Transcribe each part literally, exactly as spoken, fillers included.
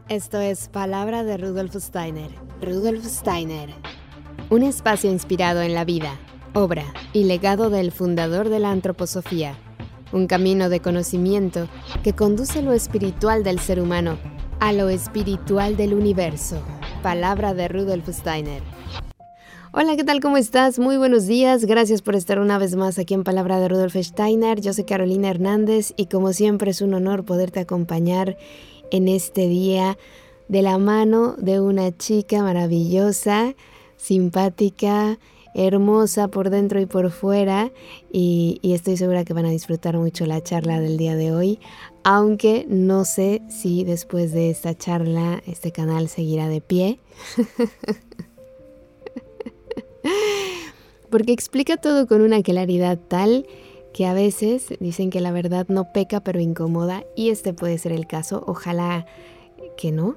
Esto es Palabra de Rudolf Steiner. Rudolf Steiner. Un espacio inspirado en la vida, obra y legado del fundador de la antroposofía. Un camino de conocimiento que conduce lo espiritual del ser humano a lo espiritual del universo. Palabra de Rudolf Steiner. Hola, ¿qué tal? ¿Cómo estás? Muy buenos días. Gracias por estar una vez más aquí en Palabra de Rudolf Steiner. Yo soy Carolina Hernández y como siempre es un honor poderte acompañar en este día de la mano de una chica maravillosa, simpática, hermosa por dentro y por fuera, y, y estoy segura que van a disfrutar mucho la charla del día de hoy, aunque no sé si después de esta charla este canal seguirá de pie. Porque explica todo con una claridad tal que a veces dicen que la verdad no peca pero incomoda, y este puede ser el caso. Ojalá que no.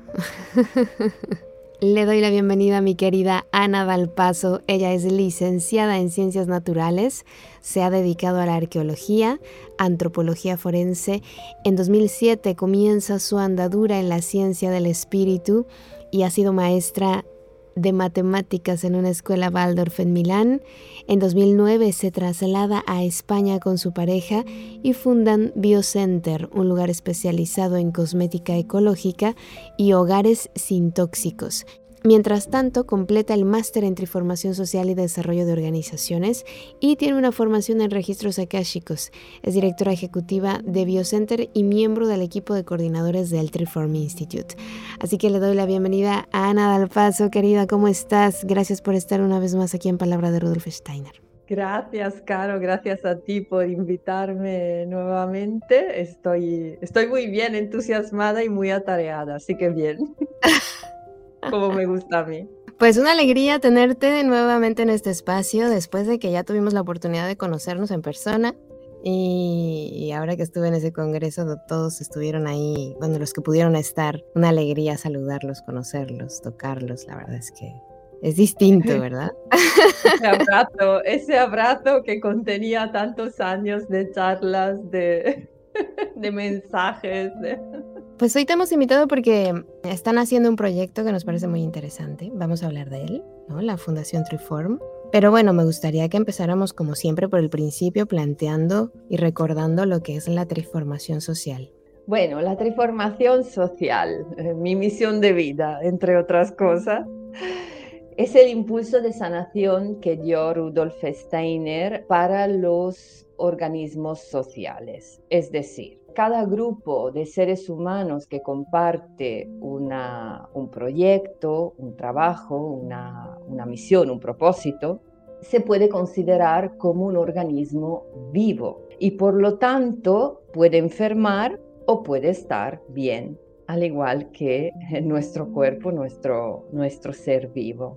Le doy la bienvenida a mi querida Ana Valpaso. Ella es licenciada en Ciencias Naturales, se ha dedicado a la arqueología, antropología forense. En dos mil siete comienza su andadura en la ciencia del espíritu y ha sido maestra de matemáticas en una escuela Waldorf en Milán. En dos mil nueve se traslada a España con su pareja y fundan Biocenter, un lugar especializado en cosmética ecológica y hogares sin tóxicos. Mientras tanto, completa el máster en Triformación Social y Desarrollo de Organizaciones y tiene una formación en registros akáshicos. Es directora ejecutiva de Biocenter y miembro del equipo de coordinadores del Triform Institute. Así que le doy la bienvenida a Ana Valpaso. Querida, ¿cómo estás? Gracias por estar una vez más aquí en Palabra de Rudolf Steiner. Gracias, Caro, gracias a ti por invitarme nuevamente. Estoy, estoy muy bien, entusiasmada y muy atareada, así que bien. Como me gusta a mí. Pues una alegría tenerte nuevamente en este espacio después de que ya tuvimos la oportunidad de conocernos en persona. Y, y ahora que estuve en ese congreso, todos estuvieron ahí, bueno, los que pudieron estar, una alegría saludarlos, conocerlos, tocarlos. La verdad es que es distinto, ¿verdad? Ese abrazo, ese abrazo que contenía tantos años de charlas, de, de mensajes. De... Pues hoy te hemos invitado porque están haciendo un proyecto que nos parece muy interesante. Vamos a hablar de él, ¿no? La Fundación Triform. Pero bueno, me gustaría que empezáramos como siempre por el principio, planteando y recordando lo que es la triformación social. Bueno, la triformación social, eh, mi misión de vida, entre otras cosas, es el impulso de sanación que dio Rudolf Steiner para los organismos sociales. Es decir, cada grupo de seres humanos que comparte una, un proyecto, un trabajo, una, una misión, un propósito, se puede considerar como un organismo vivo y por lo tanto puede enfermar o puede estar bien, al igual que nuestro cuerpo, nuestro, nuestro ser vivo.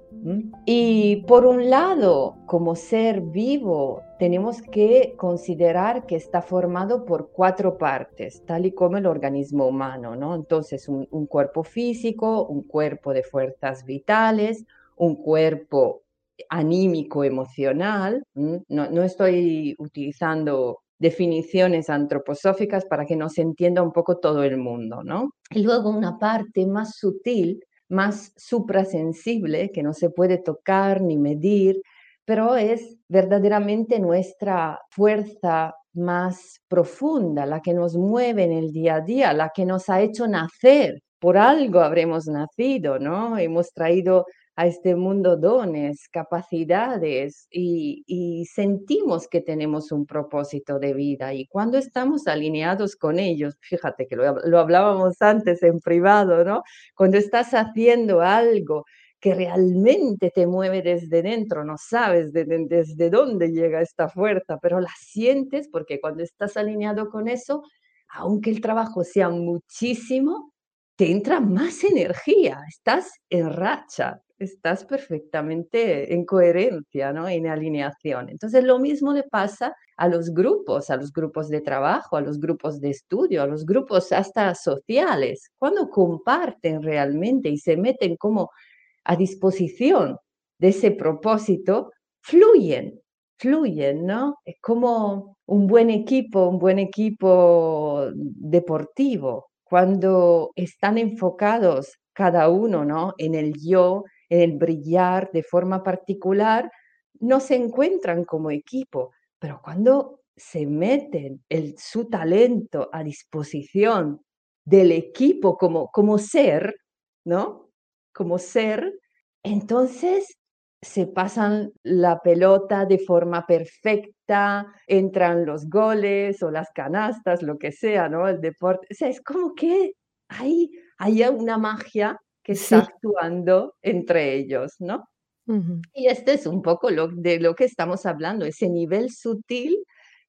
Y por un lado, como ser vivo, tenemos que considerar que está formado por cuatro partes, tal y como el organismo humano, ¿no? Entonces, un, un cuerpo físico, un cuerpo de fuerzas vitales, un cuerpo anímico emocional. No, no estoy utilizando definiciones antroposóficas para que nos entienda un poco todo el mundo, ¿no? Y luego una parte más sutil, más suprasensible, que no se puede tocar ni medir, pero es verdaderamente nuestra fuerza más profunda, la que nos mueve en el día a día, la que nos ha hecho nacer. Por algo habremos nacido, ¿no? Hemos traído a este mundo dones, capacidades y, y sentimos que tenemos un propósito de vida, y cuando estamos alineados con ellos, fíjate que lo, lo hablábamos antes en privado, ¿no? Cuando estás haciendo algo que realmente te mueve desde dentro, no sabes de, de, desde dónde llega esta fuerza, pero la sientes porque cuando estás alineado con eso, aunque el trabajo sea muchísimo, te entra más energía, estás en racha, estás perfectamente en coherencia, ¿no? En alineación. Entonces lo mismo le pasa a los grupos, a los grupos de trabajo, a los grupos de estudio, a los grupos hasta sociales. Cuando comparten realmente y se meten como a disposición de ese propósito, fluyen, fluyen, ¿no? Es como un buen equipo, un buen equipo deportivo. cuando están enfocados cada uno, ¿no?, en el yo, en el brillar de forma particular, no se encuentran como equipo, pero cuando se meten el su talento a disposición del equipo como como ser, ¿no?, como ser, entonces se pasan la pelota de forma perfecta, entran los goles o las canastas, lo que sea, ¿no?, el deporte. O sea, es como que hay hay una magia que está Sí. actuando entre ellos, ¿no? Ujú. Y este es un poco lo de lo que estamos hablando, ese nivel sutil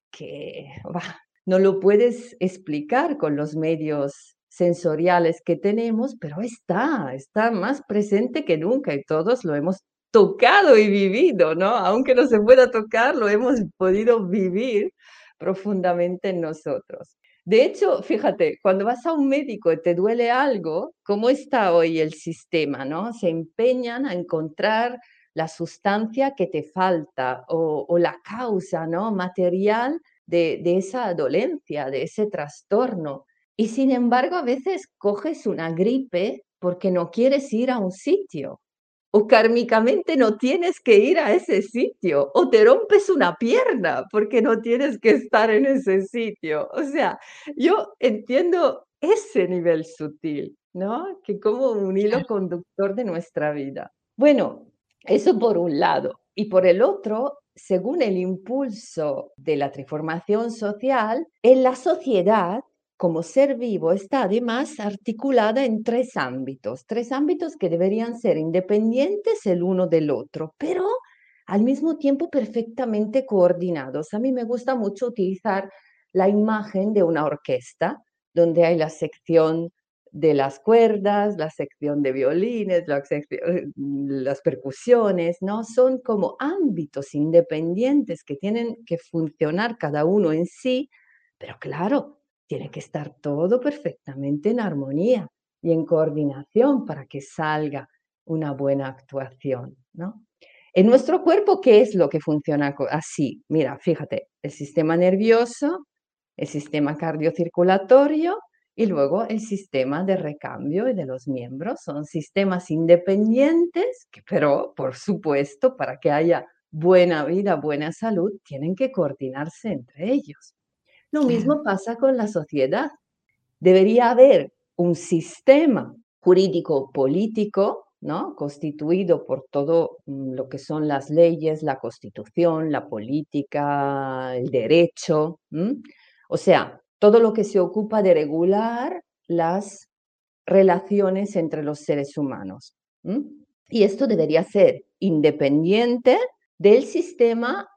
que, ¡buah!, no lo puedes explicar con los medios sensoriales que tenemos, pero está, está más presente que nunca y todos lo hemos tocado y vivido, ¿no? Aunque no se pueda tocar, lo hemos podido vivir profundamente en nosotros. De hecho, fíjate, cuando vas a un médico y te duele algo, ¿cómo está hoy el sistema, no? Se empeñan a encontrar la sustancia que te falta o o la causa, ¿no?, material de de esa dolencia, de ese trastorno. Y sin embargo, a veces coges una gripe porque no quieres ir a un sitio, o kármicamente no tienes que ir a ese sitio, o te rompes una pierna porque no tienes que estar en ese sitio. O sea, yo entiendo ese nivel sutil, ¿no?, que como un hilo Claro. conductor de nuestra vida. Bueno, eso por un lado. Y por el otro, según el impulso de la transformación social, en la sociedad, como ser vivo, está además articulada en tres ámbitos, tres ámbitos que deberían ser independientes el uno del otro, pero al mismo tiempo perfectamente coordinados. A mí me gusta mucho utilizar la imagen de una orquesta, donde hay la sección de las cuerdas, la sección de violines, la sección eh, las percusiones, ¿no? Son como ámbitos independientes que tienen que funcionar cada uno en sí, pero claro, tiene que estar todo perfectamente en armonía y en coordinación para que salga una buena actuación, ¿no? En nuestro cuerpo, ¿qué es lo que funciona co así? Mira, fíjate, el sistema nervioso, el sistema cardiocirculatorio y luego el sistema de recambio y de los miembros. Son sistemas independientes que, pero, por supuesto, para que haya buena vida, buena salud, tienen que coordinarse entre ellos. Lo Claro. mismo pasa con la sociedad. Debería haber un sistema jurídico político, ¿no?, constituido por todo, mm, lo que son las leyes, la Constitución, la política, el derecho, ¿m? O sea, todo lo que se ocupa de regular las relaciones entre los seres humanos, ¿m? Y esto debería ser independiente del sistema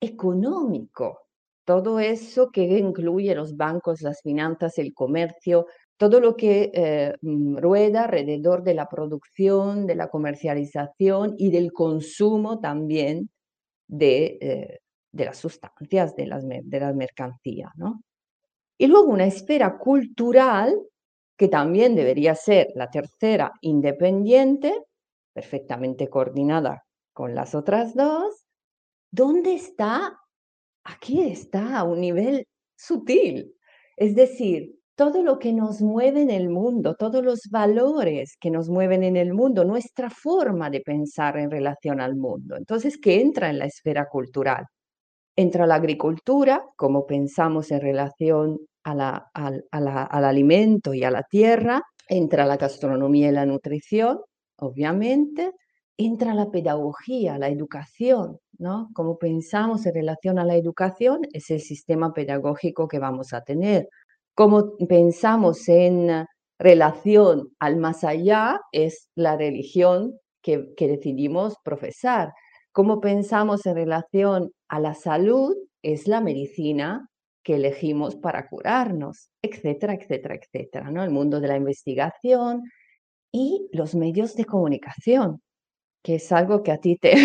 económico. Todo eso que incluye los bancos, las finanzas, el comercio, todo lo que, eh, mm, rueda alrededor de la producción, de la comercialización y del consumo también de, eh, de las sustancias, de las mer de la mercancía, ¿no? Y luego una esfera cultural, que también debería ser la tercera independiente, perfectamente coordinada con las otras dos, ¿dónde está? Aquí está, a un nivel sutil. Es decir, todo lo que nos mueve en el mundo, todos los valores que nos mueven en el mundo, nuestra forma de pensar en relación al mundo. Entonces, ¿qué entra en la esfera cultural? Entra la agricultura, cómo pensamos en relación a la al a la al alimento y a la tierra, entra la gastronomía y la nutrición, obviamente, entra la pedagogía, la educación, ¿no? Cómo pensamos en relación a la educación, es el sistema pedagógico que vamos a tener. Cómo pensamos en relación al más allá, es la religión que que decidimos profesar. Cómo pensamos en relación a la salud, es la medicina que elegimos para curarnos, etcétera, etcétera, etcétera, ¿no? El mundo de la investigación y los medios de comunicación, que es algo que a ti te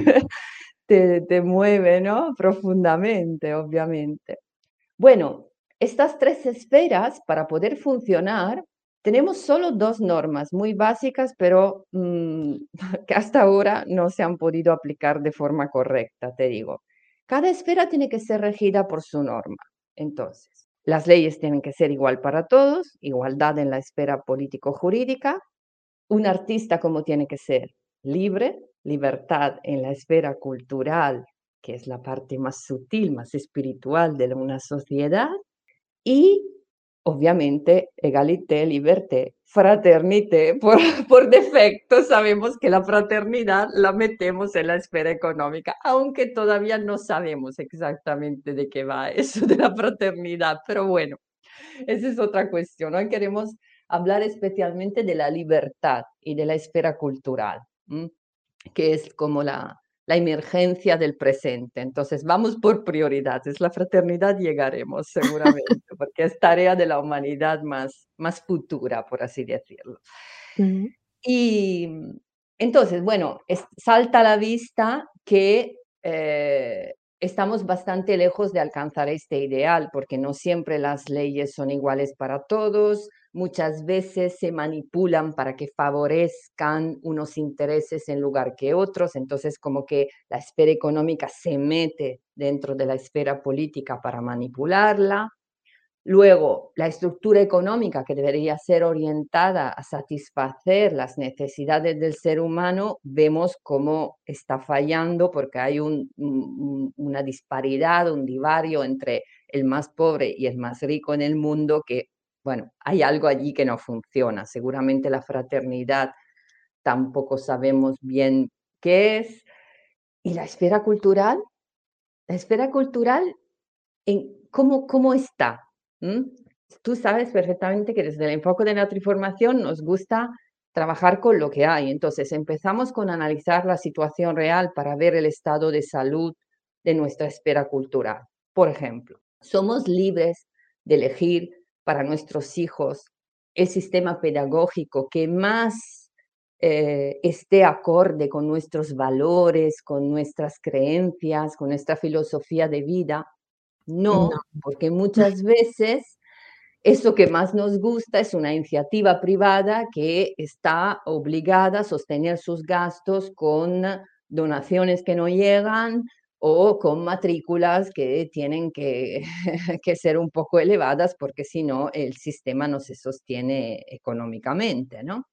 te te mueve, ¿no?, profundamente, obviamente. Bueno, estas tres esferas, para poder funcionar, tenemos solo dos normas muy básicas, pero, mm, que hasta ahora no se han podido aplicar de forma correcta, te digo. Cada esfera tiene que ser regida por su norma. Entonces, las leyes tienen que ser igual para todos, igualdad en la esfera político-jurídica. Un artista como tiene que ser libre, libertad en la esfera cultural, que es la parte más sutil, más espiritual de una sociedad, y obviamente égalité, liberté, fraternité. Por, por defecto sabemos que la fraternidad la metemos en la esfera económica, aunque todavía no sabemos exactamente de qué va eso de la fraternidad, pero bueno, esa es otra cuestión. Hoy queremos hablar especialmente de la libertad y de la esfera cultural, ¿m? Que es como la, la emergencia del presente. Entonces, vamos por prioridades. La fraternidad llegaremos seguramente, porque es tarea de la humanidad más, más futura, por así decirlo. Ujú. Y mm, entonces, bueno, es- salta a la vista que eh, estamos bastante lejos de alcanzar este ideal, porque no siempre las leyes son iguales para todos, muchas veces se manipulan para que favorezcan unos intereses en lugar que otros, entonces como que la esfera económica se mete dentro de la esfera política para manipularla. Luego, la estructura económica, que debería ser orientada a satisfacer las necesidades del ser humano, vemos cómo está fallando porque hay un- un- una disparidad, un divario entre el más pobre y el más rico en el mundo que, bueno, hay algo allí que no funciona. Seguramente la fraternidad tampoco sabemos bien qué es. ¿Y la esfera cultural? La esfera cultural en cómo cómo está, ¿m? Tú sabes perfectamente que desde el enfoque de la transformación nos gusta trabajar con lo que hay. Entonces, empezamos con analizar la situación real para ver el estado de salud de nuestra esfera cultural. Por ejemplo, somos libres de elegir para nuestros hijos el sistema pedagógico que más eh, esté acorde con nuestros valores, con nuestras creencias, con nuestra filosofía de vida. No. No, porque muchas veces eso que más nos gusta es una iniciativa privada que está obligada a sostener sus gastos con donaciones que no llegan o con matrículas que tienen que, que ser un poco elevadas porque si no el sistema no se sostiene económicamente, ¿no?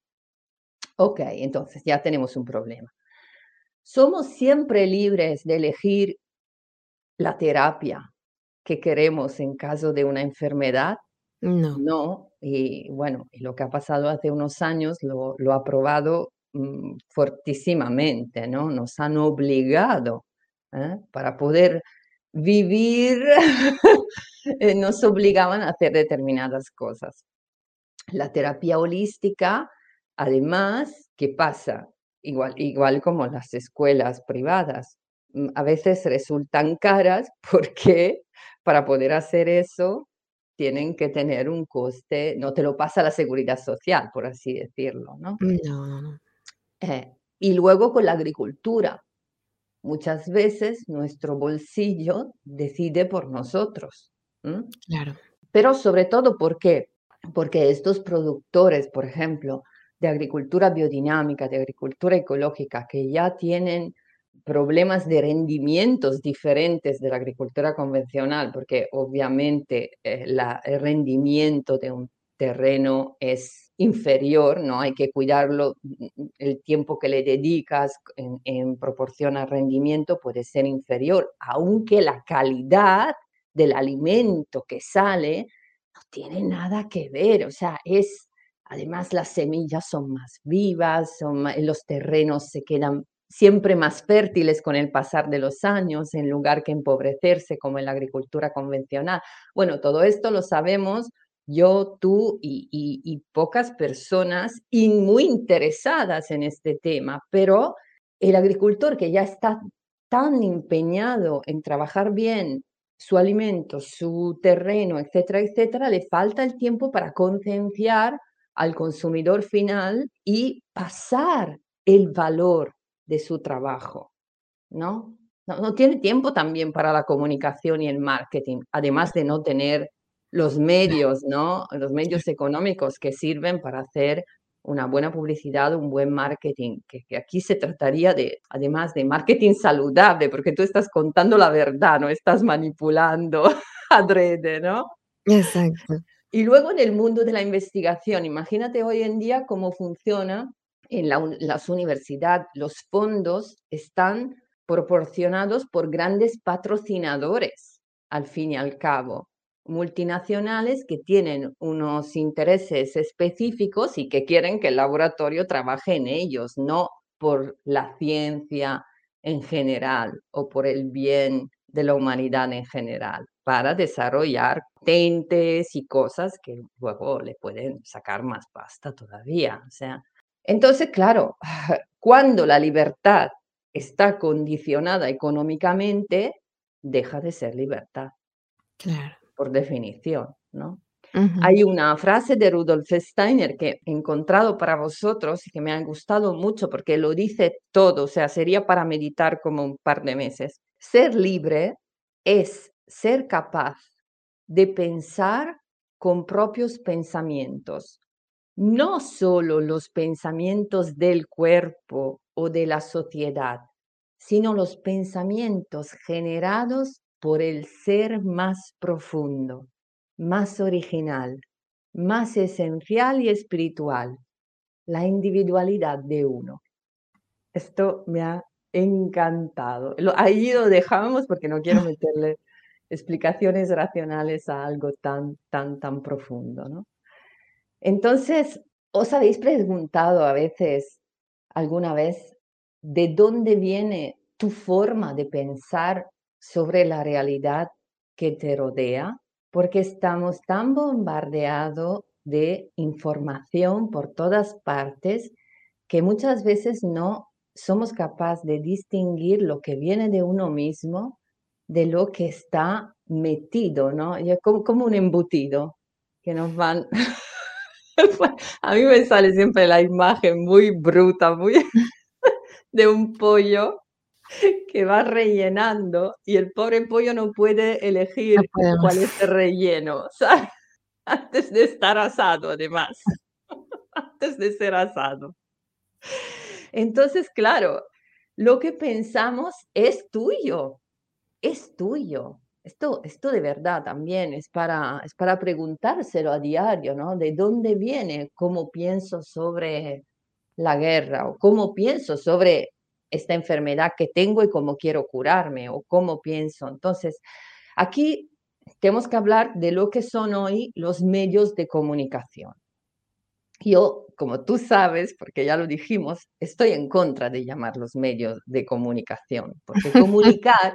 Ok, entonces ya tenemos un problema. ¿Somos siempre libres de elegir la terapia que queremos en caso de una enfermedad? No. No, y bueno, y lo que ha pasado hace unos años lo, lo ha probado mm, fortísimamente, ¿no? Nos han obligado, ¿eh? Para poder vivir, eh, nos obligaban a hacer determinadas cosas. La terapia holística, además, ¿qué pasa? Igual, igual como las escuelas privadas, mm, a veces resultan caras porque para poder hacer eso tienen que tener un coste, no te lo pasa la seguridad social, por así decirlo, ¿no? No, no, no. Eh, y luego con la agricultura, muchas veces nuestro bolsillo decide por nosotros. ¿M? Claro. Pero sobre todo, ¿por qué? Porque estos productores, por ejemplo, de agricultura biodinámica, de agricultura ecológica, que ya tienen problemas de rendimientos diferentes de la agricultura convencional, porque obviamente eh, la- el rendimiento de un terreno es inferior, ¿no? Hay que cuidarlo, mm, mm, el tiempo que le dedicas en, en proporción al rendimiento puede ser inferior, aunque la calidad del alimento que sale no tiene nada que ver, o sea, es, además las semillas son más vivas, son ma- los terrenos se quedan siempre más fértiles con el pasar de los años, en lugar que empobrecerse como en la agricultura convencional. Bueno, todo esto lo sabemos yo, tú y, y- y pocas personas y muy interesadas en este tema, pero el agricultor que ya está tan empeñado en trabajar bien su alimento, su terreno, etcétera, etcétera, le falta el tiempo para concienciar al consumidor final y pasar el valor de su trabajo, ¿no? No, no tiene tiempo también para la comunicación y el marketing, además de no tener los medios, ¿no? Los medios económicos que sirven para hacer una buena publicidad, un buen marketing, que, que aquí se trataría de, además de marketing saludable, porque tú estás contando la verdad, no estás manipulando adrede, ¿no? Exacto. Y luego en el mundo de la investigación, imagínate hoy en día cómo funciona en la un las universidad, los fondos están proporcionados por grandes patrocinadores, al fin y al cabo, multinacionales que tienen unos intereses específicos y que quieren que el laboratorio trabaje en ellos, no por la ciencia en general o por el bien de la humanidad en general, para desarrollar patentes y cosas que luego le pueden sacar más pasta todavía. O sea, entonces, claro, cuando la libertad está condicionada económicamente, deja de ser libertad, Claro. por definición, ¿no? Ujú. Hay una frase de Rudolf Steiner que he encontrado para vosotros y que me ha gustado mucho porque lo dice todo, o sea, sería para meditar como un par de meses. Ser libre es ser capaz de pensar con propios pensamientos, no solo los pensamientos del cuerpo o de la sociedad, sino los pensamientos generados por el ser más profundo, más original, más esencial y espiritual, la individualidad de uno. Esto me ha encantado. Lo ahí lo dejamos porque no quiero meterle explicaciones racionales a algo tan, tan, tan profundo, ¿no? Entonces, ¿os habéis preguntado a veces, alguna vez, de dónde viene tu forma de pensar sobre la realidad que te rodea? Porque estamos tan bombardeados de información por todas partes que muchas veces no somos capaces de distinguir lo que viene de uno mismo de lo que está metido, ¿no? Y es como, como un embutido que nos van... A mí me sale siempre la imagen muy bruta, muy de un pollo que va rellenando y el pobre pollo no puede No elegir podemos. cuál es el relleno, ¿sabes? Antes de estar asado, además, antes de ser asado. Entonces, claro, lo que pensamos es tuyo, es tuyo. Esto, esto de verdad también es para, es para preguntárselo a diario, ¿no? ¿De dónde viene? ¿Cómo pienso sobre la guerra? ¿O cómo pienso sobre esta enfermedad que tengo y cómo quiero curarme? ¿O cómo pienso? Entonces, aquí tenemos que hablar de lo que son hoy los medios de comunicación. Yo, como tú sabes, porque ya lo dijimos, estoy en contra de llamar los medios de comunicación, porque comunicar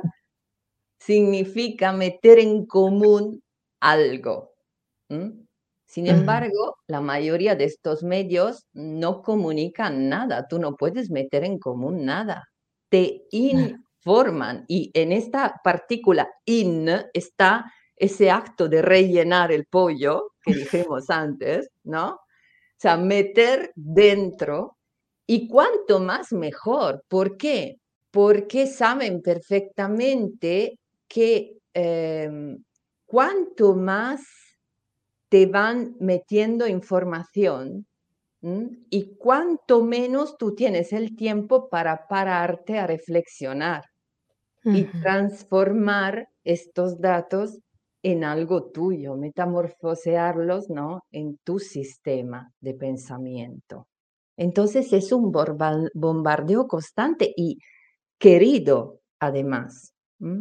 significa meter en común algo. ¿M? Sin Ujú. embargo, la mayoría de estos medios no comunican nada, tú no puedes meter en común nada, te Claro. informan y en esta partícula in está ese acto de rellenar el pollo que dijimos antes, ¿no? O sea, meter dentro y cuanto más mejor. ¿Por qué? Porque saben perfectamente que em, cuanto más te van metiendo información, ¿m? Y cuanto menos tú tienes el tiempo para pararte a reflexionar y Ujú. transformar estos datos en algo tuyo, metamorfosearlos, ¿no? En tu sistema de pensamiento. Entonces es un borba- bombardeo constante y querido, además. ¿M?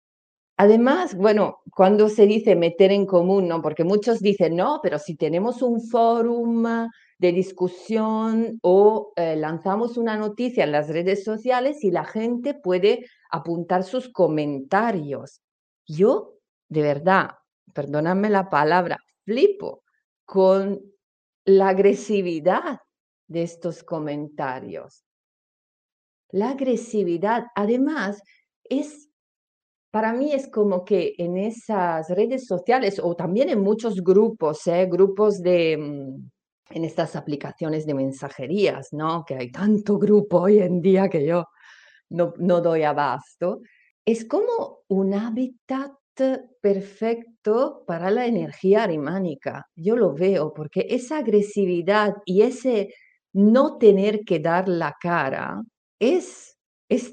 Además, bueno, cuando se dice meter en común, ¿no? Porque muchos dicen, no, pero si tenemos un fórum ah, de discusión o eh, lanzamos una noticia en las redes sociales y la gente puede apuntar sus comentarios. Yo, de verdad, perdóname la palabra, flipo con la agresividad de estos comentarios. La agresividad, además, es para mí es como que en esas redes sociales o también en muchos grupos, ¿eh? Grupos de, mm, en estas aplicaciones de mensajerías, ¿no? Que hay tanto grupo hoy en día que yo no, no doy abasto. Es como un hábitat perfecto para la energía arimánica. Yo lo veo porque esa agresividad y ese no tener que dar la cara es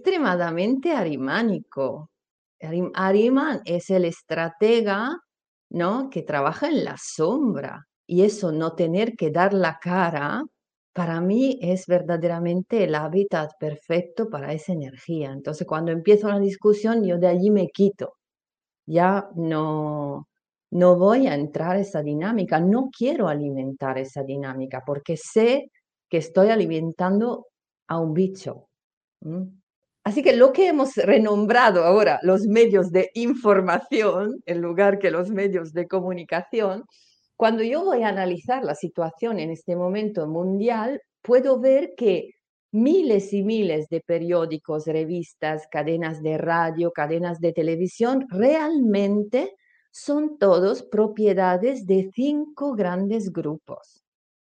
extremadamente arimánico. Arim- Ariman es el estratega ¿no? Que trabaja en la sombra. Y eso, no tener que dar la cara, para mí es verdaderamente el hábitat perfecto para esa energía. Entonces, cuando empiezo una discusión, yo de allí me quito. Ya no, no voy a entrar a esa dinámica, no quiero alimentar esa dinámica, porque sé que estoy alimentando a un bicho. ¿m? Así que lo que hemos renombrado ahora los medios de información, en lugar que los medios de comunicación, cuando yo voy a analizar la situación en este momento mundial, puedo ver que miles y miles de periódicos, revistas, cadenas de radio, cadenas de televisión, realmente son todos propiedades de cinco grandes grupos.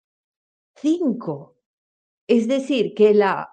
Cinco. Es decir, que la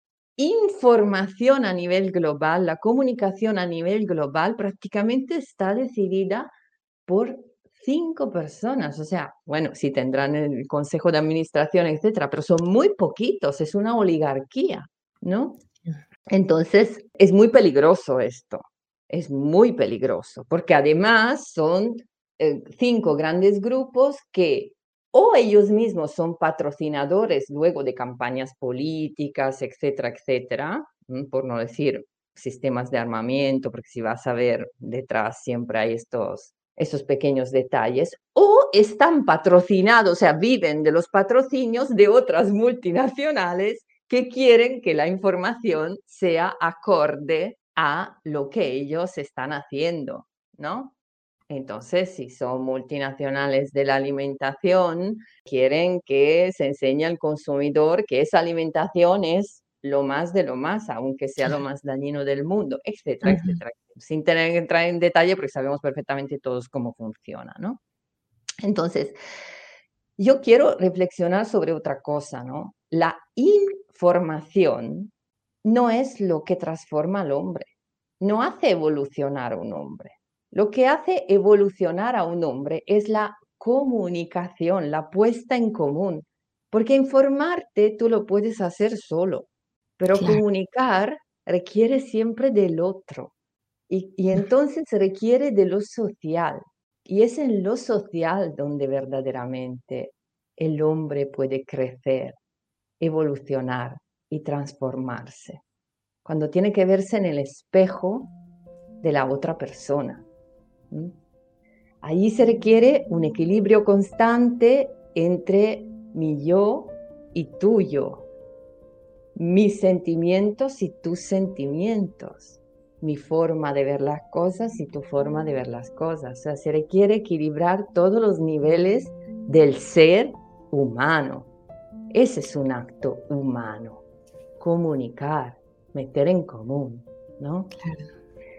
información a nivel global, la comunicación a nivel global prácticamente está decidida por cinco personas. O sea, bueno, sí tendrán el consejo de administración, etcétera, pero son muy poquitos, es una oligarquía, ¿no? Entonces, es muy peligroso esto, es muy peligroso, porque además son eh, cinco grandes grupos que o ellos mismos son patrocinadores luego de campañas políticas, etcétera, etcétera, por no decir sistemas de armamento, porque si vas a ver detrás siempre hay estos, estos pequeños detalles, o están patrocinados, o sea, viven de los patrocinios de otras multinacionales que quieren que la información sea acorde a lo que ellos están haciendo, ¿no? Entonces, si son multinacionales de la alimentación, quieren que se enseñe al consumidor que esa alimentación es lo más de lo más, aunque sea lo más dañino del mundo, etcétera, Ujú. etcétera. Sin tener que entrar en detalle, porque sabemos perfectamente todos cómo funciona, ¿no? Entonces, yo quiero reflexionar sobre otra cosa, ¿no? La información no es lo que transforma al hombre, no hace evolucionar a un hombre. Lo que hace evolucionar a un hombre es la comunicación, la puesta en común, porque informarte tú lo puedes hacer solo, pero Claro. comunicar requiere siempre del otro y, y entonces requiere de lo social. Y es en lo social donde verdaderamente el hombre puede crecer, evolucionar y transformarse. Cuando tiene que verse en el espejo de la otra persona. ¿m? Allí se requiere un equilibrio constante entre mi yo y tu yo, mis sentimientos y tus sentimientos, mi forma de ver las cosas y tu forma de ver las cosas. O sea, se requiere equilibrar todos los niveles del ser humano. Ese es un acto humano, comunicar, meter en común, ¿no? Claro.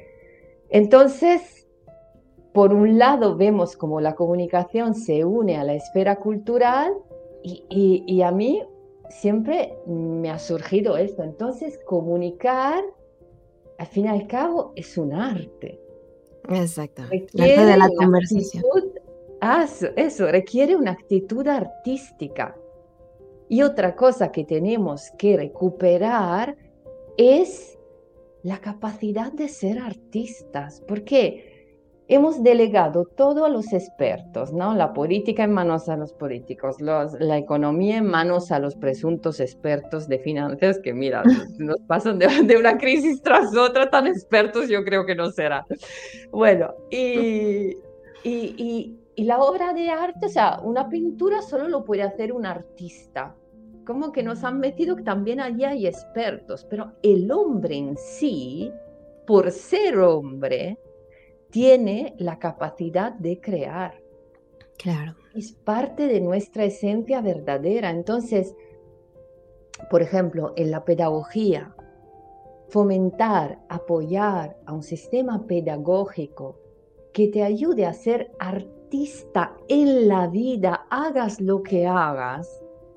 Entonces, por un lado vemos cómo la comunicación se une a la esfera cultural y, y, y a mí siempre me ha surgido esto. Entonces, comunicar, al fin y al cabo, es un arte. Exacto. El arte de Requiere la una conversación. actitud, ah, eso, eso, requiere una actitud artística. Y otra cosa que tenemos que recuperar es la capacidad de ser artistas, porque hemos delegado todo a los expertos, ¿no? La política en manos a los políticos, los, la economía en manos a los presuntos expertos de finanzas, que mira, nos pasan de, de una crisis tras otra, tan expertos yo creo que no será. Bueno, y, y, y, y la obra de arte, o sea, una pintura solo lo puede hacer un artista. Como que nos han metido que también allí hay expertos, pero el hombre en sí, por ser hombre, tiene la capacidad de crear. Claro. Es parte de nuestra esencia verdadera. Entonces, por ejemplo, en la pedagogía, fomentar, apoyar a un sistema pedagógico que te ayude a ser artista en la vida, hagas lo que hagas,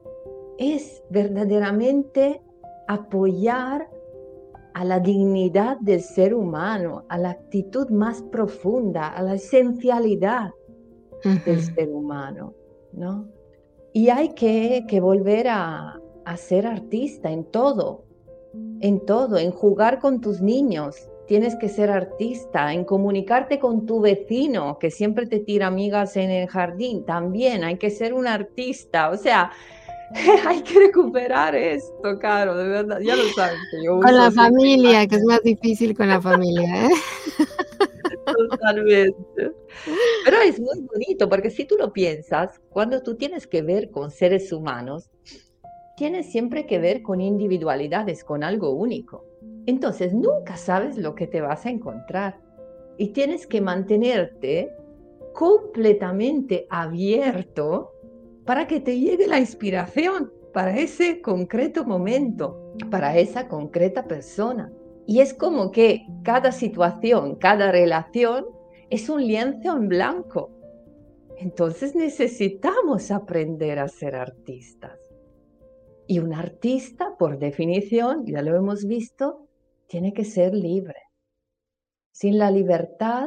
es verdaderamente apoyar a la dignidad del ser humano, a la actitud más profunda, a la esencialidad uh-huh. del ser humano, ¿no? Y hay que, que volver a, a ser artista en todo, en todo, en jugar con tus niños. tienes que ser artista, en comunicarte con tu vecino, que siempre te tira amigas en el jardín, también hay que ser un artista, o sea, hay que recuperar esto, Caro, de verdad, ya lo sabes que yo Con uso la siempre familia, que es imágenes. más difícil con la familia, ¿eh? Totalmente. Pero es muy bonito, porque si tú lo piensas, cuando tú tienes que ver con seres humanos, tienes siempre que ver con individualidades, con algo único. Entonces, nunca sabes lo que te vas a encontrar y tienes que mantenerte completamente abierto para que te llegue la inspiración para ese concreto momento, para esa concreta persona. Y es como que cada situación, cada relación es un lienzo en blanco. Entonces necesitamos aprender a ser artistas. Y un artista, por definición, ya lo hemos visto, tiene que ser libre. Sin la libertad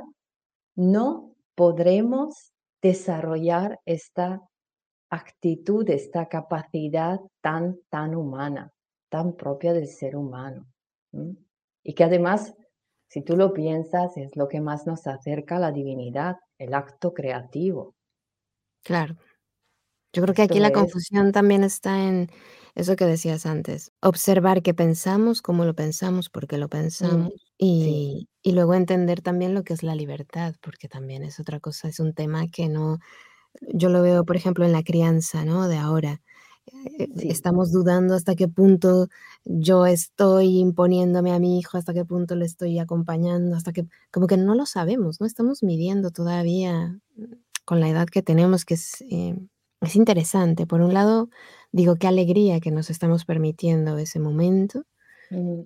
no podremos desarrollar esta actitud, esta capacidad tan, tan humana, tan propia del ser humano. ¿m? Y que además, si tú lo piensas, es lo que más nos acerca a la divinidad, el acto creativo. Claro. Yo creo que aquí Esto la es, confusión también está en eso que decías antes, observar qué pensamos, cómo lo pensamos, por qué lo mm, pensamos, sí, y y luego entender también lo que es la libertad, porque también es otra cosa, es un tema que no yo lo veo, por ejemplo, en la crianza, ¿no?, de ahora. Eh, sí. estamos dudando hasta qué punto yo estoy imponiéndome a mi hijo, hasta qué punto le estoy acompañando, hasta que como que no lo sabemos, ¿no? Estamos midiendo todavía mm, con la edad que tenemos, que es, eh, es interesante. Por un lado, digo, qué alegría que nos estamos permitiendo ese momento, mm,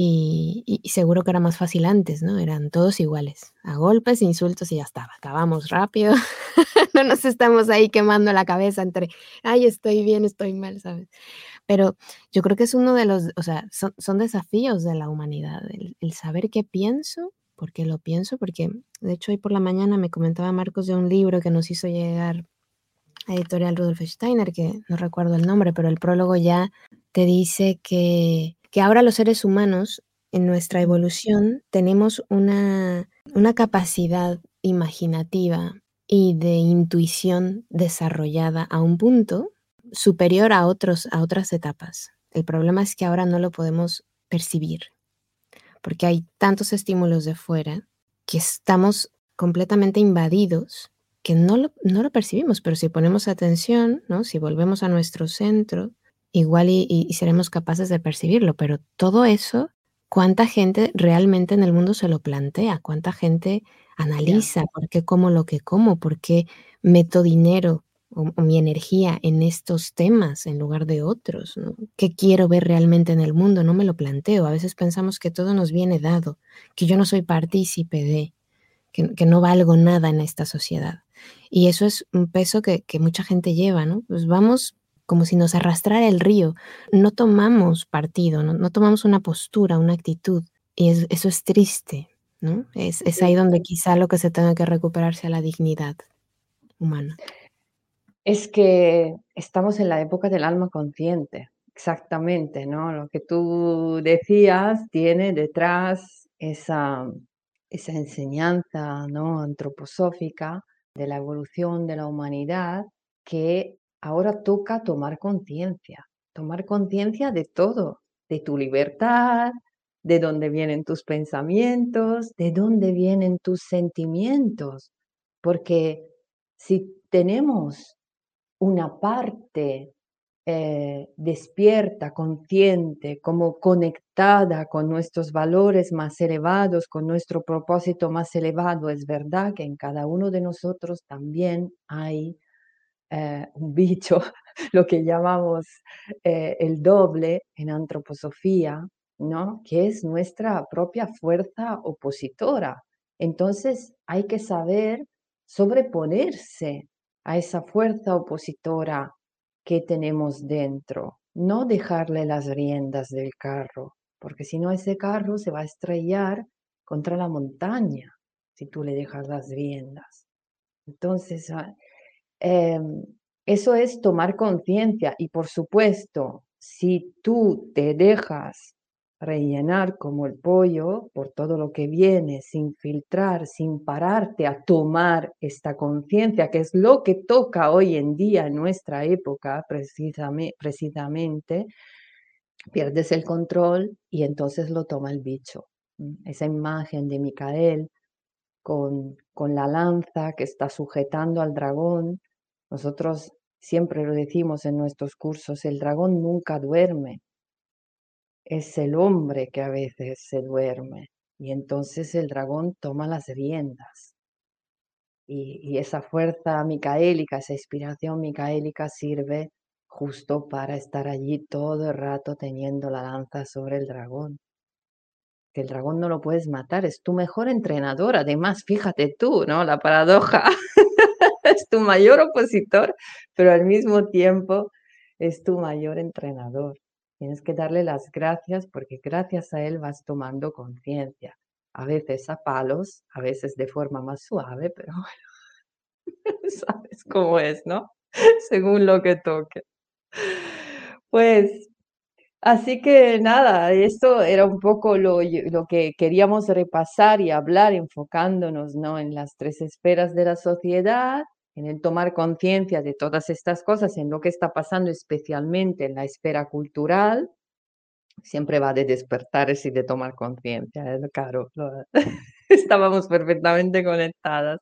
y y y seguro que era más fácil antes, ¿no? Eran todos iguales, a golpes, insultos y ya estaba, acabamos rápido. No nos estamos ahí quemando la cabeza entre: "Ay, estoy bien, estoy mal", ¿sabes? Pero yo creo que es uno de los, o sea, son son desafíos de la humanidad, el el saber qué pienso, por qué lo pienso, porque, de hecho, hoy por la mañana me comentaba Marcos de un libro que nos hizo llegar a Editorial Rudolf Steiner, que no recuerdo el nombre, pero el prólogo ya te dice que que ahora los seres humanos, en nuestra mm, evolución, tenemos una una capacidad imaginativa y de intuición desarrollada a un punto superior a otros a otras etapas. El problema es que ahora no lo podemos percibir, porque hay tantos estímulos de fuera que estamos completamente invadidos, que no lo no lo percibimos, pero si ponemos atención, ¿no? Si volvemos a nuestro centro, igual y y y seremos capaces de percibirlo, pero todo eso, ¿cuánta gente realmente en el mundo se lo plantea? ¿Cuánta gente ya. analiza por qué como lo que como? ¿Por qué meto dinero o o mi energía en estos temas en lugar de otros, no? ¿Qué quiero ver realmente en el mundo? No me lo planteo. A veces pensamos que todo nos viene dado, que yo no soy partícipe de, que que no valgo nada en esta sociedad. Y eso es un peso que que mucha gente lleva, ¿no? Pues vamos como si nos arrastrara el río. No tomamos partido, no no tomamos una postura, una actitud, y es eso es triste, ¿no? Es es ahí donde quizá lo que se tenga que recuperar sea la dignidad humana. Es que estamos en la época del alma consciente, exactamente, ¿no? Lo que tú decías tiene detrás esa, esa enseñanza, ¿no? Antroposófica de la evolución de la humanidad que ahora toca tomar conciencia, tomar conciencia de todo, de tu libertad, de dónde vienen tus pensamientos, de dónde vienen tus sentimientos, porque si tenemos una parte eh, despierta, consciente, como conectada con nuestros valores más elevados, con nuestro propósito más elevado. Es verdad que en cada uno de nosotros también hay eh, un bicho, lo que llamamos eh, el doble en antroposofía, ¿no? Que es nuestra propia fuerza opositora. Entonces hay que saber sobreponerse a esa fuerza opositora que tenemos dentro, no dejarle las riendas del carro, porque si no ese carro se va a estrellar contra la montaña si tú le dejas las riendas. Entonces, ah, Em, eso es tomar conciencia y por supuesto, si tú te dejas rellenar como el pollo por todo lo que viene, sin filtrar, sin pararte a tomar esta conciencia, que es lo que toca hoy en día en nuestra época, precisame- precisamente, pierdes el control y entonces lo toma el bicho. ¿Mm? Esa imagen de Micael con, con la lanza que está sujetando al dragón, nosotros siempre lo decimos en nuestros cursos, el dragón nunca duerme, es el hombre que a veces se duerme y entonces el dragón toma las riendas. Y, y esa fuerza micaélica, esa inspiración micaélica sirve justo para estar allí todo el rato teniendo la lanza sobre el dragón. Que el dragón no lo puedes matar, es tu mejor entrenador, además, fíjate tú, ¿no? La paradoja, es tu mayor opositor, pero al mismo tiempo es tu mayor entrenador. Tienes que darle las gracias porque gracias a él vas tomando conciencia. A veces a palos, a veces de forma más suave, pero bueno, sabes cómo es, ¿no? Según lo que toque. Pues así que nada, esto era un poco lo, lo que queríamos repasar y hablar, enfocándonos, ¿no?, en las tres esferas de la sociedad, en el tomar conciencia de todas estas cosas, en lo que está pasando especialmente en la esfera cultural. Siempre va de despertares y de tomar conciencia, ¿eh? Claro, lo- estábamos perfectamente conectadas.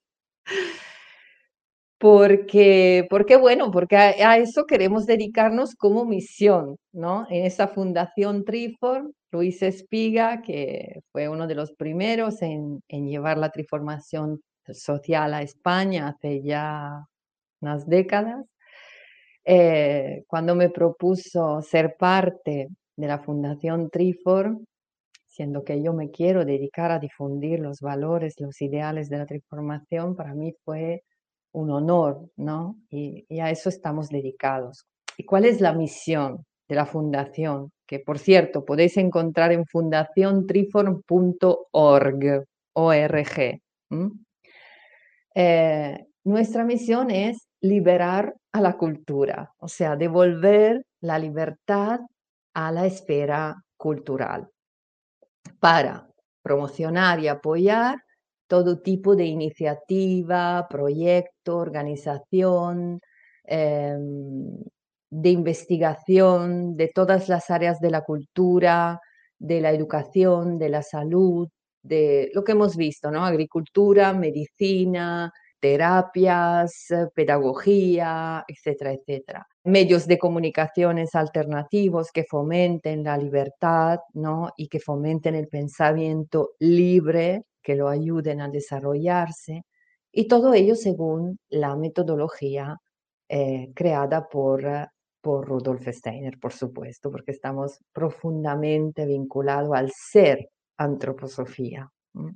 Porque, porque bueno, porque a, a eso queremos dedicarnos como misión, ¿no? En esa fundación Triform, Luis Espiga, que fue uno de los primeros en, en llevar la transformación social a España hace ya unas décadas, eh, cuando me propuso ser parte de la fundación Triform, siendo que yo me quiero dedicar a difundir los valores, los ideales de la transformación, para mí fue un honor, ¿no? Y, y a eso estamos dedicados. ¿Y cuál es la misión de la fundación? Que, por cierto, podéis encontrar en fundación triform punto org, O R G. ¿m? Eh, nuestra misión es liberar a la cultura, o sea, devolver la libertad a la esfera cultural para promocionar y apoyar todo tipo de iniciativa, proyecto, organización, eh, de investigación de todas las áreas de la cultura, de la educación, de la salud, de lo que hemos visto, ¿no? Agricultura, medicina, terapias, eh, pedagogía, etcétera, etcétera. Medios de comunicaciones alternativos que fomenten la libertad, ¿no? Y que fomenten el pensamiento libre, que lo ayuden a desarrollarse, y todo ello según la metodología eh, creada por, eh, por Rudolf Steiner, por supuesto, porque estamos profundamente vinculados al ser antroposofía. ¿m?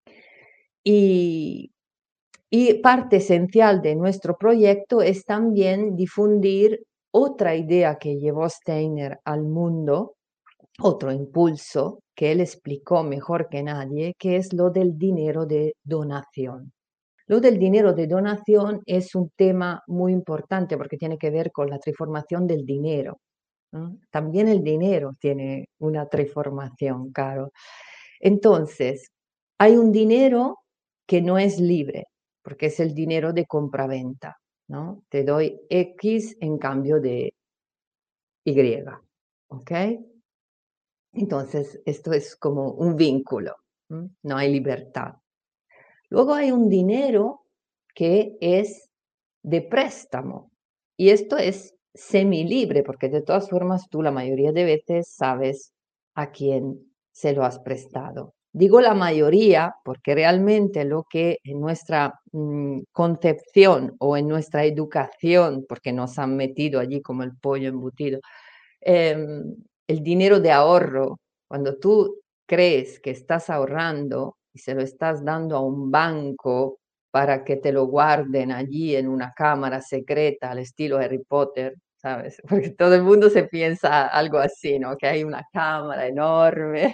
Y, y parte esencial de nuestro proyecto es también difundir otra idea que llevó Steiner al mundo, otro impulso que él explicó mejor que nadie, que es lo del dinero de donación. Lo del dinero de donación es un tema muy importante porque tiene que ver con la transformación del dinero, ¿no? También el dinero tiene una transformación, claro. Entonces, hay un dinero que no es libre, porque es el dinero de compraventa, ¿no? Te doy X en cambio de Y, ¿ok? Entonces, esto es como un vínculo, ¿m? No hay libertad. Luego hay un dinero que es de préstamo y esto es semilibre, porque de todas formas tú la mayoría de veces sabes a quién se lo has prestado. Digo la mayoría porque realmente lo que en nuestra mm, concepción o en nuestra educación, porque nos han metido allí como el pollo embutido, eh, el dinero de ahorro, cuando tú crees que estás ahorrando y se lo estás dando a un banco para que te lo guarden allí en una cámara secreta al estilo Harry Potter, ¿sabes? Porque todo el mundo se piensa algo así, ¿no? Que hay una cámara enorme.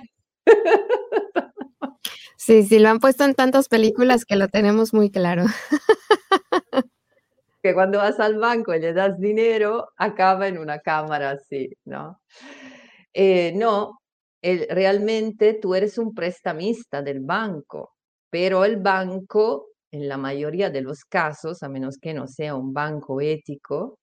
Sí, sí, lo han puesto en tantas películas que lo tenemos muy claro. Que cuando vas al banco y le das dinero, acaba en una cámara así, ¿no? Eh, no, El- realmente tú eres un prestamista del banco, pero el banco, en la mayoría de los casos, a menos que no sea un banco ético,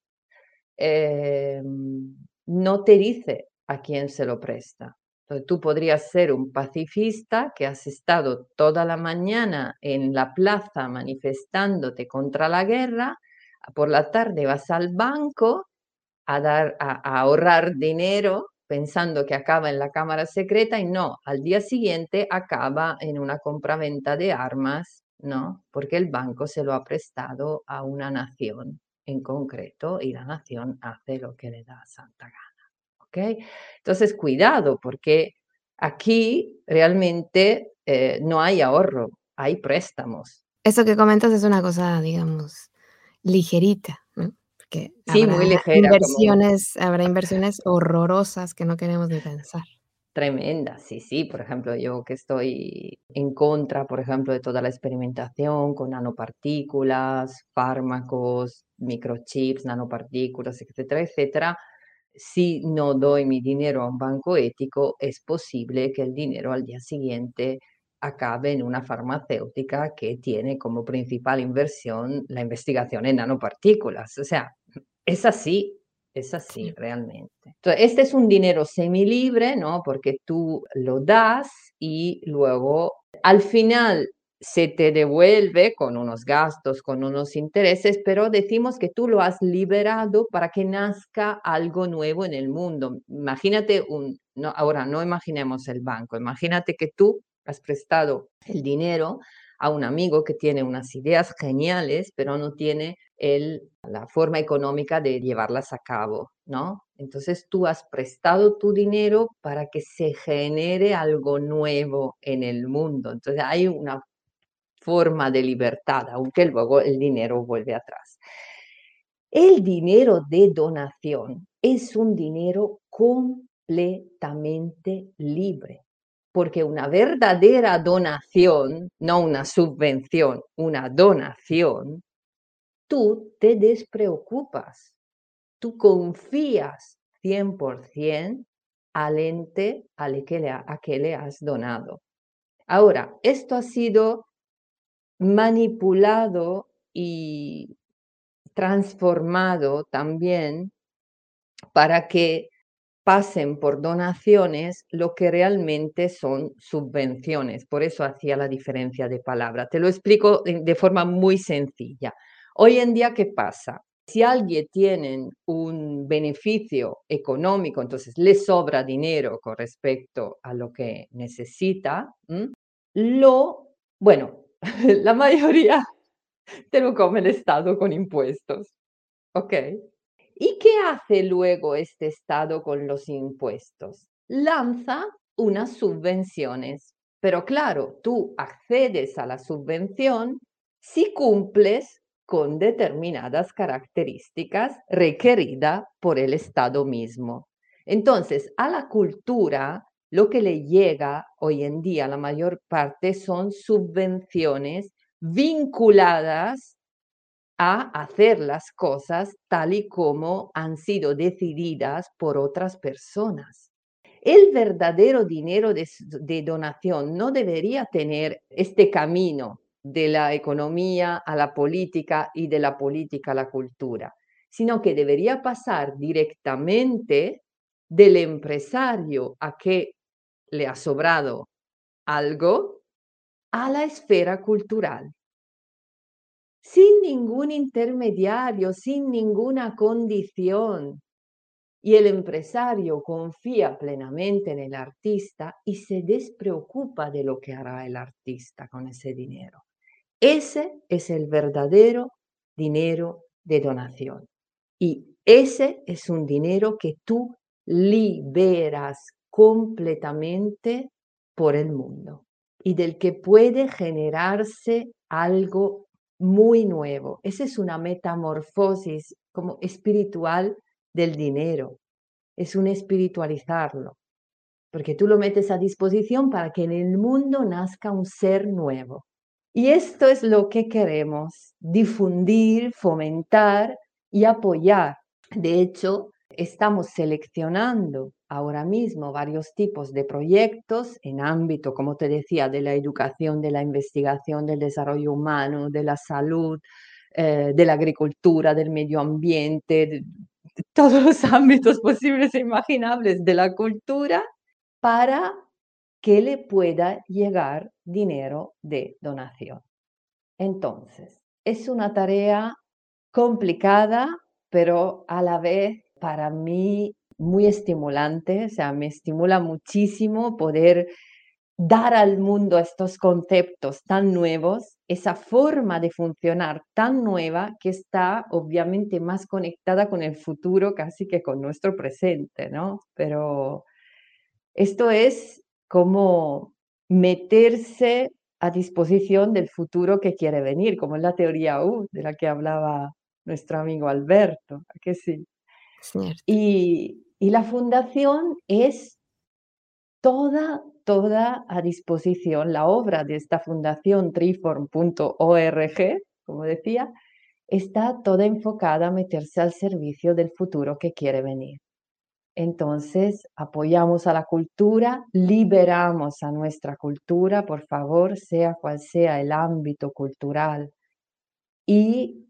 eh, no te dice a quién se lo presta. Entonces, tú podrías ser un pacifista que has estado toda la mañana en la plaza manifestándote contra la guerra, por la tarde vas al banco a, dar, a, a ahorrar dinero pensando que acaba en la cámara secreta y no, al día siguiente acaba en una compraventa de armas, ¿no? Porque el banco se lo ha prestado a una nación en concreto y la nación hace lo que le da santa gana, ¿ok? Entonces, cuidado, porque aquí realmente eh, no hay ahorro, hay préstamos. Eso que comentas es una cosa, digamos, ligerita, ¿no? Porque Sí, habrá muy ligera, como inversiones habrá inversiones horrorosas que no queremos ni pensar. tremenda, sí, sí. Por ejemplo, yo que estoy en contra, por ejemplo, de toda la experimentación con nanopartículas, fármacos, microchips, nanopartículas, etcétera, etcétera. Si no doy mi dinero a un banco ético, es posible que el dinero al día siguiente acabe en una farmacéutica que tiene como principal inversión la investigación en nanopartículas. O sea, es así, es así Sí. realmente. Entonces, este es un dinero semilibre, ¿no? Porque tú lo das y luego al final se te devuelve con unos gastos, con unos intereses, pero decimos que tú lo has liberado para que nazca algo nuevo en el mundo. Imagínate un, no, ahora no imaginemos el banco, imagínate que tú has prestado el dinero a un amigo que tiene unas ideas geniales, pero no tiene el, la forma económica de llevarlas a cabo, ¿no? Entonces tú has prestado tu dinero para que se genere algo nuevo en el mundo. Entonces hay una forma de libertad, aunque luego el dinero vuelve atrás. El dinero de donación es un dinero completamente libre, porque una verdadera donación, no una subvención, una donación, tú te despreocupas, tú confías cien por ciento al ente al que le, a que le has donado. Ahora, esto ha sido manipulado y transformado también para que pasen por donaciones lo que realmente son subvenciones. Por eso hacía la diferencia de palabra. Te lo explico de forma muy sencilla. Hoy en día, ¿qué pasa? Si alguien tiene un beneficio económico, entonces le sobra dinero con respecto a lo que necesita, ¿m? lo, bueno, la mayoría te lo come el Estado con impuestos, ¿ok? ¿Y qué hace luego este Estado con los impuestos? Lanza unas subvenciones. Pero claro, tú accedes a la subvención si cumples con determinadas características requeridas por el Estado mismo. Entonces, a la cultura lo que le llega hoy en día, la mayor parte, son subvenciones vinculadas a hacer las cosas tal y como han sido decididas por otras personas. El verdadero dinero de, de donación no debería tener este camino de la economía a la política y de la política a la cultura, sino que debería pasar directamente del empresario a que le ha sobrado algo a la esfera cultural, sin ningún intermediario, sin ninguna condición. Y el empresario confía plenamente en el artista y se despreocupa de lo que hará el artista con ese dinero. Ese es el verdadero dinero de donación. Y ese es un dinero que tú liberas completamente por el mundo y del que puede generarse algo muy nuevo. Esa es una metamorfosis como espiritual del dinero. Es un espiritualizarlo, porque tú lo metes a disposición para que en el mundo nazca un ser nuevo. Y esto es lo que queremos difundir, fomentar y apoyar. De hecho, estamos seleccionando ahora mismo varios tipos de proyectos en ámbito, como te decía, de la educación, de la investigación, del desarrollo humano, de la salud, eh, de la agricultura, del medio ambiente, de, de todos los ámbitos posibles e imaginables de la cultura, para que le pueda llegar dinero de donación. Entonces, es una tarea complicada, pero a la vez para mí muy estimulante, o sea, me estimula muchísimo poder dar al mundo estos conceptos tan nuevos, esa forma de funcionar tan nueva que está obviamente más conectada con el futuro casi que con nuestro presente, ¿no? Pero esto es como meterse a disposición del futuro que quiere venir, como es la teoría U, de la que hablaba nuestro amigo Alberto, ¿a que sí? Cierto. Y, y la fundación es toda, toda a disposición. La obra de esta fundación, triform punto org, como decía, está toda enfocada a meterse al servicio del futuro que quiere venir. Entonces, apoyamos a la cultura, liberamos a nuestra cultura, por favor, sea cual sea el ámbito cultural, y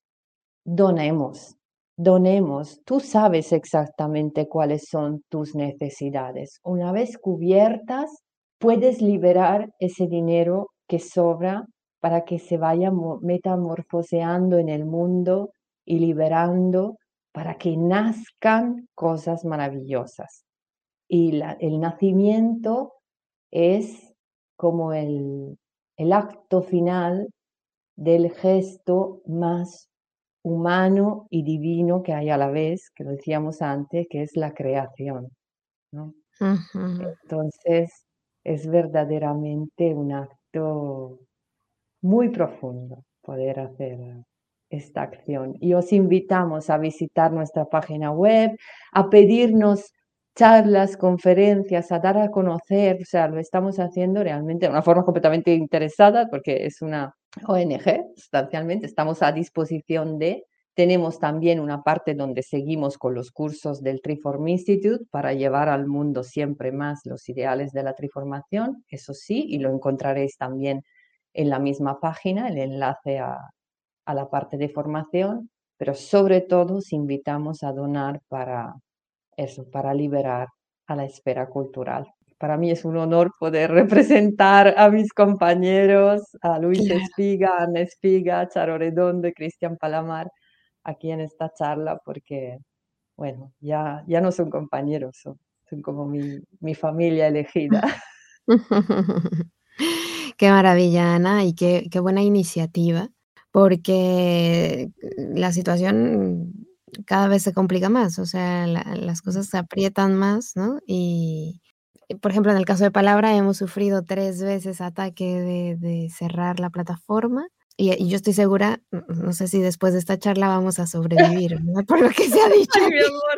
donemos, donemos. Tú sabes exactamente cuáles son tus necesidades. Una vez cubiertas, puedes liberar ese dinero que sobra para que se vaya metamorfoseando en el mundo y liberando para que nazcan cosas maravillosas. Y la, el nacimiento es como el, el acto final del gesto más humano y divino que hay a la vez, que lo decíamos antes, que es la creación, ¿no? Ujú. Entonces, es verdaderamente un acto muy profundo poder hacer esta acción. Y os invitamos a visitar nuestra página web, a pedirnos charlas, conferencias, a dar a conocer, o sea, lo estamos haciendo realmente de una forma completamente interesada, porque es una O N G, sustancialmente, estamos a disposición de. Tenemos también una parte donde seguimos con los cursos del Triform Institute para llevar al mundo siempre más los ideales de la triformación, eso sí, y lo encontraréis también en la misma página, el enlace a, a la parte de formación, pero sobre todo os invitamos a donar para eso, para liberar a la esfera cultural. Para mí es un honor poder representar a mis compañeros, a Luis Claro. Espiga, Ana Espiga, Charo Redondo y Cristian Palamar, aquí en esta charla, porque, bueno, ya, ya no son compañeros, son, son como mi, mi familia elegida. Qué maravilla, Ana, y qué qué buena iniciativa, porque la situación cada vez se complica más, o sea, la las cosas se aprietan más, ¿no? Y, por ejemplo, en el caso de Palabra hemos sufrido tres veces ataque de de cerrar la plataforma, y y yo estoy segura, n no sé si después de esta charla vamos a sobrevivir, ¿verdad? Por lo que se ha dicho Ay, mi aquí. amor.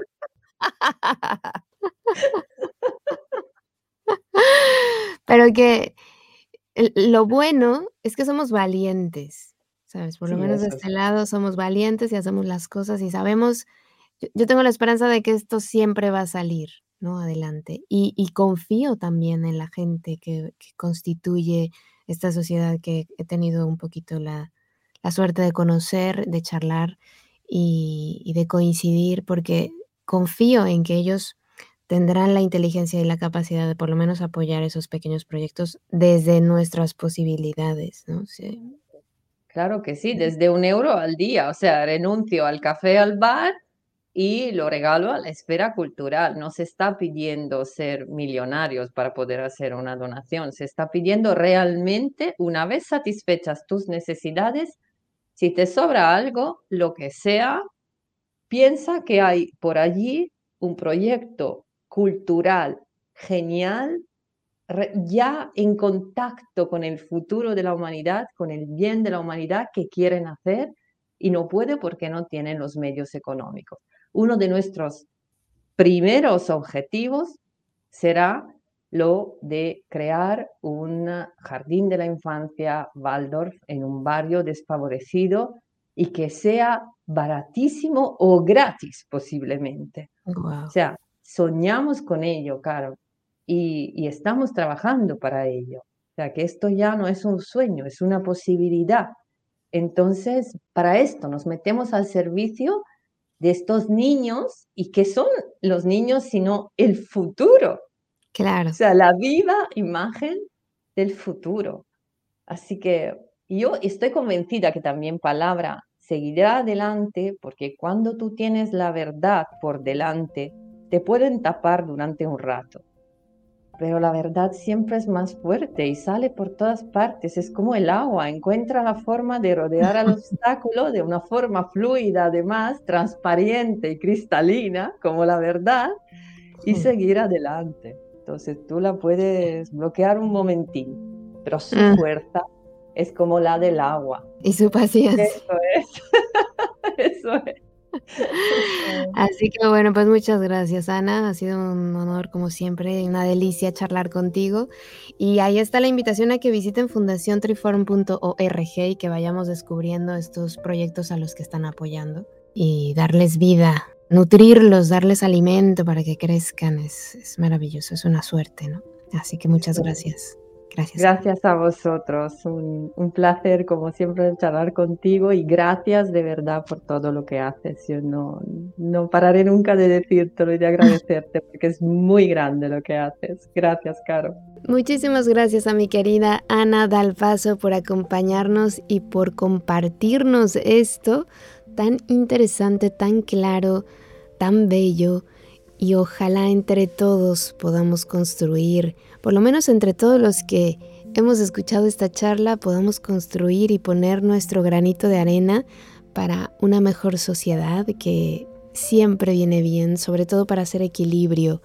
Pero que el lo bueno es que somos valientes, ¿sabes? Por lo Sí, menos de eso este sí. lado somos valientes y hacemos las cosas y sabemos yo yo tengo la esperanza de que esto siempre va a salir, ¿no? Adelante. Y y confío también en la gente que que constituye esta sociedad que he tenido un poquito la la suerte de conocer, de charlar y y de coincidir, porque confío en que ellos tendrán la inteligencia y la capacidad de por lo menos apoyar esos pequeños proyectos desde nuestras posibilidades, ¿no? Sí. Claro que sí, desde un euro al día, o sea, renuncio al café, al bar y lo regalo a la esfera cultural. No se está pidiendo ser millonarios para poder hacer una donación, se está pidiendo realmente, una vez satisfechas tus necesidades, si te sobra algo, lo que sea, piensa que hay por allí un proyecto cultural genial ya en contacto con el futuro de la humanidad, con el bien de la humanidad que quieren hacer y no puede porque no tienen los medios económicos. Uno de nuestros primeros objetivos será lo de crear un jardín de la infancia Waldorf en un barrio desfavorecido y que sea baratísimo o gratis posiblemente. O Guau. sea, soñamos con ello, Caro, y, y estamos trabajando para ello. O sea, que esto ya no es un sueño, es una posibilidad. Entonces, para esto nos metemos al servicio de estos niños, y que son los niños, sino el futuro. Claro. O sea, la viva imagen del futuro. Así que yo estoy convencida que también Palabra seguirá adelante, porque cuando tú tienes la verdad por delante, te pueden tapar durante un rato, pero la verdad siempre es más fuerte y sale por todas partes. Es como el agua, encuentra la forma de rodear al obstáculo de una forma fluida, además, transparente y cristalina, como la verdad, y seguir adelante. Entonces tú la puedes bloquear un momentín, pero su Mm. fuerza es como la del agua. Y su paciencia. Eso es. Eso es. Así que bueno, pues muchas gracias, Ana. Ha sido un honor, como siempre, una delicia charlar contigo. Y ahí está la invitación a que visiten fundación triform punto org y que vayamos descubriendo estos proyectos a los que están apoyando y darles vida, nutrirlos, darles alimento para que crezcan. Es, es maravilloso, es una suerte, ¿no? Así que muchas gracias. Gracias. Gracias a vosotros, un, un placer como siempre charlar contigo, y gracias de verdad por todo lo que haces. Yo no, no pararé nunca de decírtelo y de agradecerte, porque es muy grande lo que haces. Gracias, Caro. Muchísimas gracias a mi querida Ana Dal Paso por acompañarnos y por compartirnos esto tan interesante, tan claro, tan bello, y ojalá entre todos podamos construir, por lo menos entre todos los que hemos escuchado esta charla, podamos construir y poner nuestro granito de arena para una mejor sociedad, que siempre viene bien, sobre todo para hacer equilibrio,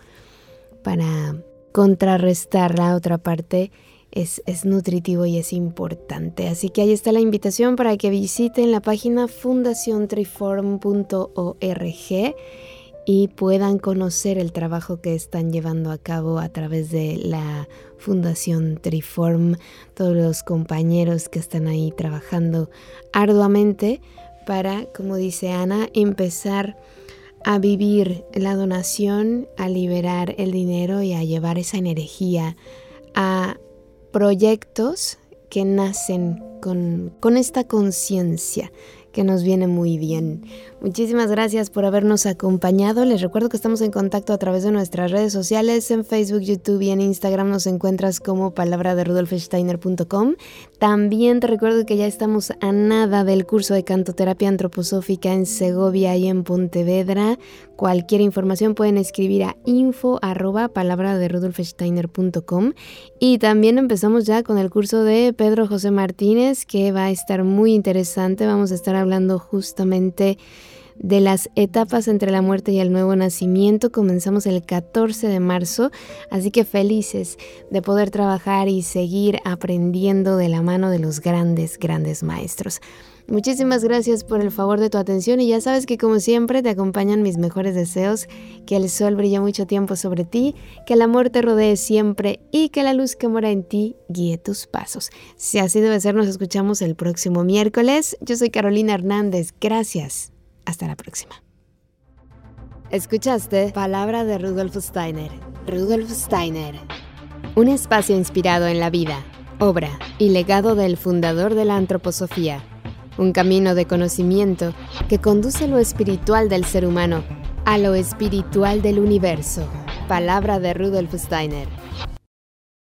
para contrarrestar la otra parte. Es, es nutritivo y es importante. Así que ahí está la invitación para que visiten la página fundación triform punto org y puedan conocer el trabajo que están llevando a cabo a través de la Fundación Triform, todos los compañeros que están ahí trabajando arduamente para, como dice Ana, empezar a vivir la donación, a liberar el dinero y a llevar esa energía a proyectos que nacen con, con esta conciencia que nos viene muy bien. Muchísimas gracias por habernos acompañado. Les recuerdo que estamos en contacto a través de nuestras redes sociales. En Facebook, YouTube y en Instagram nos encuentras como palabra de rudolf steiner punto com. También te recuerdo que ya estamos a nada del curso de cantoterapia antroposófica en Segovia y en Pontevedra. Cualquier información pueden escribir a info arroba palabra de rudolf steiner punto com. Y también empezamos ya con el curso de Pedro José Martínez, que va a estar muy interesante. Vamos a estar hablando justamente de las etapas entre la muerte y el nuevo nacimiento. Comenzamos el catorce de marzo, así que felices de poder trabajar y seguir aprendiendo de la mano de los grandes, grandes maestros. Muchísimas gracias por el favor de tu atención, y ya sabes que como siempre te acompañan mis mejores deseos, que el sol brille mucho tiempo sobre ti, que el amor te rodee siempre y que la luz que mora en ti guíe tus pasos. Si así debe ser, nos escuchamos el próximo miércoles. Yo soy Carolina Hernández, gracias. Hasta la próxima. Escuchaste Palabra de Rudolf Steiner. Rudolf Steiner. Un espacio inspirado en la vida, obra y legado del fundador de la antroposofía. Un camino de conocimiento que conduce lo espiritual del ser humano a lo espiritual del universo. Palabra de Rudolf Steiner.